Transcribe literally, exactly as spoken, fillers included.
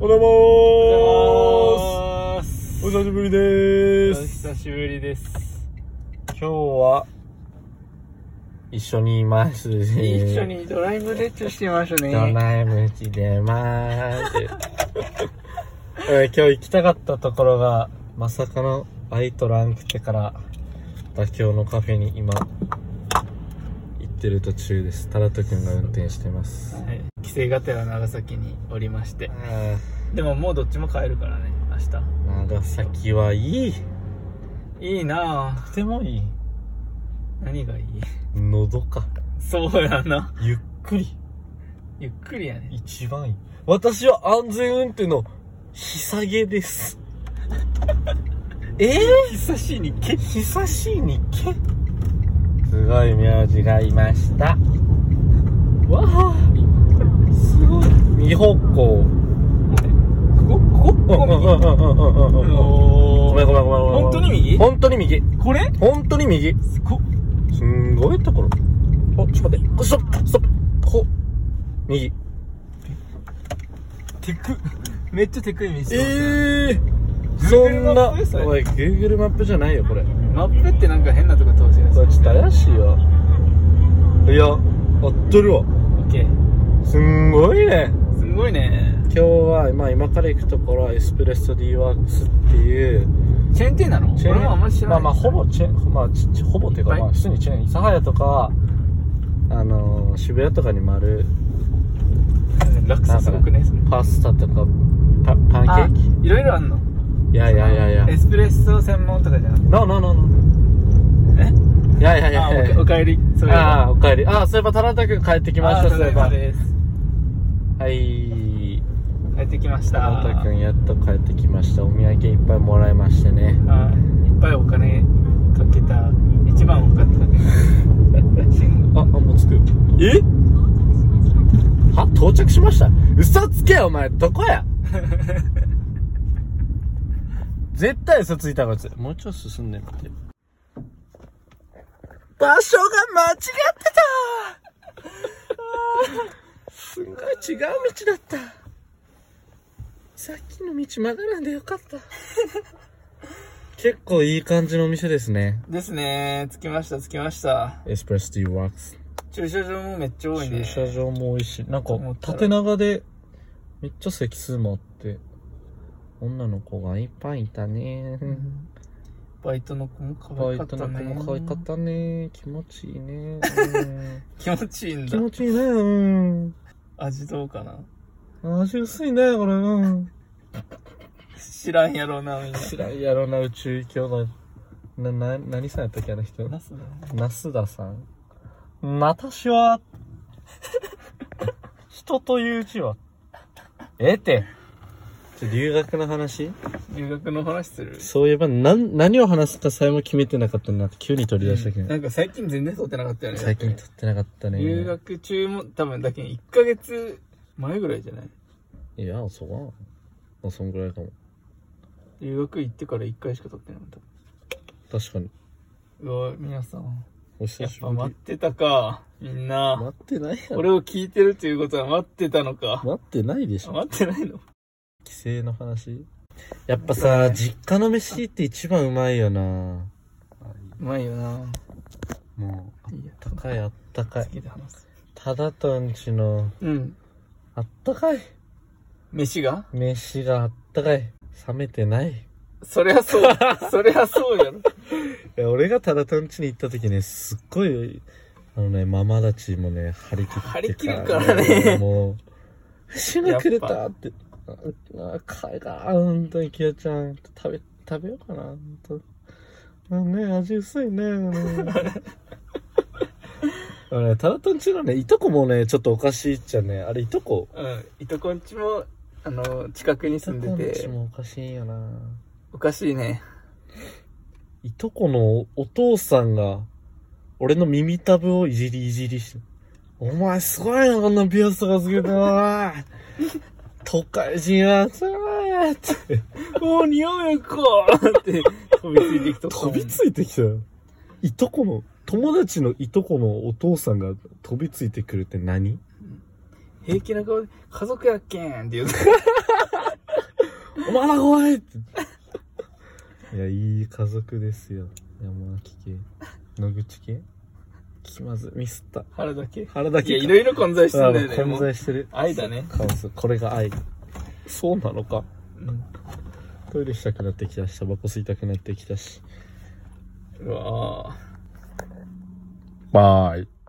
おはようおはようございます。 お久しぶりでーす。 お久しぶりです。 今日は一緒にいますね。 一緒にドライブデートしてますね。 ドライブしてまーす。今日行きたかったところがまさかのバイトランクテから妥協のカフェに今行ってる途中です。タラト君が運転してます。 はい、帰省がてら長崎におりまして。 あでももうどっちも帰るからね、明日。 長崎はいい。 いいなぁ。 とてもいい。 何がいい？ のどか。 そうやな。 ゆっくり。 ゆっくりやね。 一番いい。私は安全運転の久げです。えぇ、ー、 久しいにけ久しいにけすごい名字がいました。わあ、すごい。右方向。 ここここ右。 ごめんごめんごめんごめん。 本当に右？ 本当に右。 これ？ 本当に右。 すごっ。 すんごいところ。お、ちょっと待って。ストップストップ。こ右。 テク。めっちゃテクい道。 ええー。そんな、おい、Google マップじゃないよ、これ。 マップってなんか変なとこ通すやつ。 これちょっと怪しいわ。いや、合ってるわ。 オッケー。 すんごいね。 すんごいね。 今日は、まあ今から行くところはエスプレッソ D ワークスっていう。 チェーン店なの？ チェーン、 俺もあんまり知らない。 まあまあ、ほぼチェーン、まあ、ちほぼっていうか、まあ普通にチェーン。諫早とか、あのー、渋谷とかにもある。 落差すごくね。 パスタとか、パ、パンケーキ？ いろいろあんの？ いやいやいやいや。 エスプレッソ専門とかじゃなくて。 ノーノーノーノー。え？いやいやいやいや。 おかえり。 ああ、おかえり。ああ、そういえば、田中君帰ってきました、そういえば。 です。 はい。 帰ってきました。 田中君やっと帰ってきました。お土産いっぱいもらいましてね。 はい。いっぱいお金かけた。一番お金かけた。 あ、あ、もう着く。え？は？到着しました？嘘つけよ、お前。どこや？絶対嘘ついたこいつ。もうちょっと進んでみて。場所が間違ってたすんごい違う道だった。さっきの道曲がらんでよかった。結構いい感じのお店ですね。 ですね。着きました、着きました。 エスプレッソ D ワークス。 駐車場もめっちゃ多いね。 駐車場も多いし、なんか縦長でめっちゃ席数もあって、女の子がいっぱいいたね。うん、 バイトの子も可愛かったね。 バイトの子も可愛かったね。気持ちいいね。うん、 気持ちいいんだ。 気持ちいいね。うん。 味どうかな。 味薄いね、これ。うん。 知らんやろな、みんな。 知らんやろな、宇宙兄弟。な、な、何さんやったっけ、あの人。 ナスダ。 ナスダさん。私は、人という字は、ええって。留学の話？ 留学の話する？ そういえば、な、何を話すかさえも決めてなかったなって急に取り出したけど、うん。 なんか最近全然撮ってなかったよね。 最近撮ってなかったね。 留学中も多分だけいっかげつまえぐらいじゃない？いや、そうかな。まあ、そんぐらいかも。 留学行ってからいっかいしか撮ってなかった。 確かに。 うわ、皆さん。 お久しぶり。 やっぱ待ってたか。みんな。 待ってないやろ。 俺を聞いてるということは待ってたのか。 待ってないでしょ。 待ってないの？ 帰省の話？やっぱさ、実家の飯って一番うまいよな。うまいよな。 もう、あったかいあったかい。 次で話す。 ただとんちの、 うん。 あったかい。 飯が？ 飯があったかい。冷めてない。 そりゃそう。そりゃそうやろ。いや、俺がただとんちに行った時ね、すっごい、あのね、ママたちもね、張り切ってから、ね。 張り切るからね。 もう、飯がくれたって。ああ、かいが、ほんとにきよちゃん、食べ、食べようかな、ほんと。あね、味薄いね。あのね、タラトンちのね、いとこもね、ちょっとおかしいっちゃね、あれいとこ？ うん、いとこんちも、あの、近くに住んでて。 いとこんちもおかしいよな。 おかしいね。 いとこのお父さんが、俺の耳たぶをいじりいじりして、お前すごいな、こんなピアスがつけてな。都会人はさーって、 もう匂いかーって飛びついてきた。 飛びついてきたよ。いとこの、友達のいとこのお父さんが飛びついてくるって何？ 平気な顔で、家族やっけんって言う。 まだ怖いって。いや、いい家族ですよ。山脇系。野口系気まず、ミスった。 腹だけ腹だけ。 いや、いろいろ混在してるんだよね。 混在してる。 愛だね。 これが愛。そうなのか。 うん。 トイレしたくなってきたし、タバコ吸いたくなってきたし。 うわぁ。 バーイ。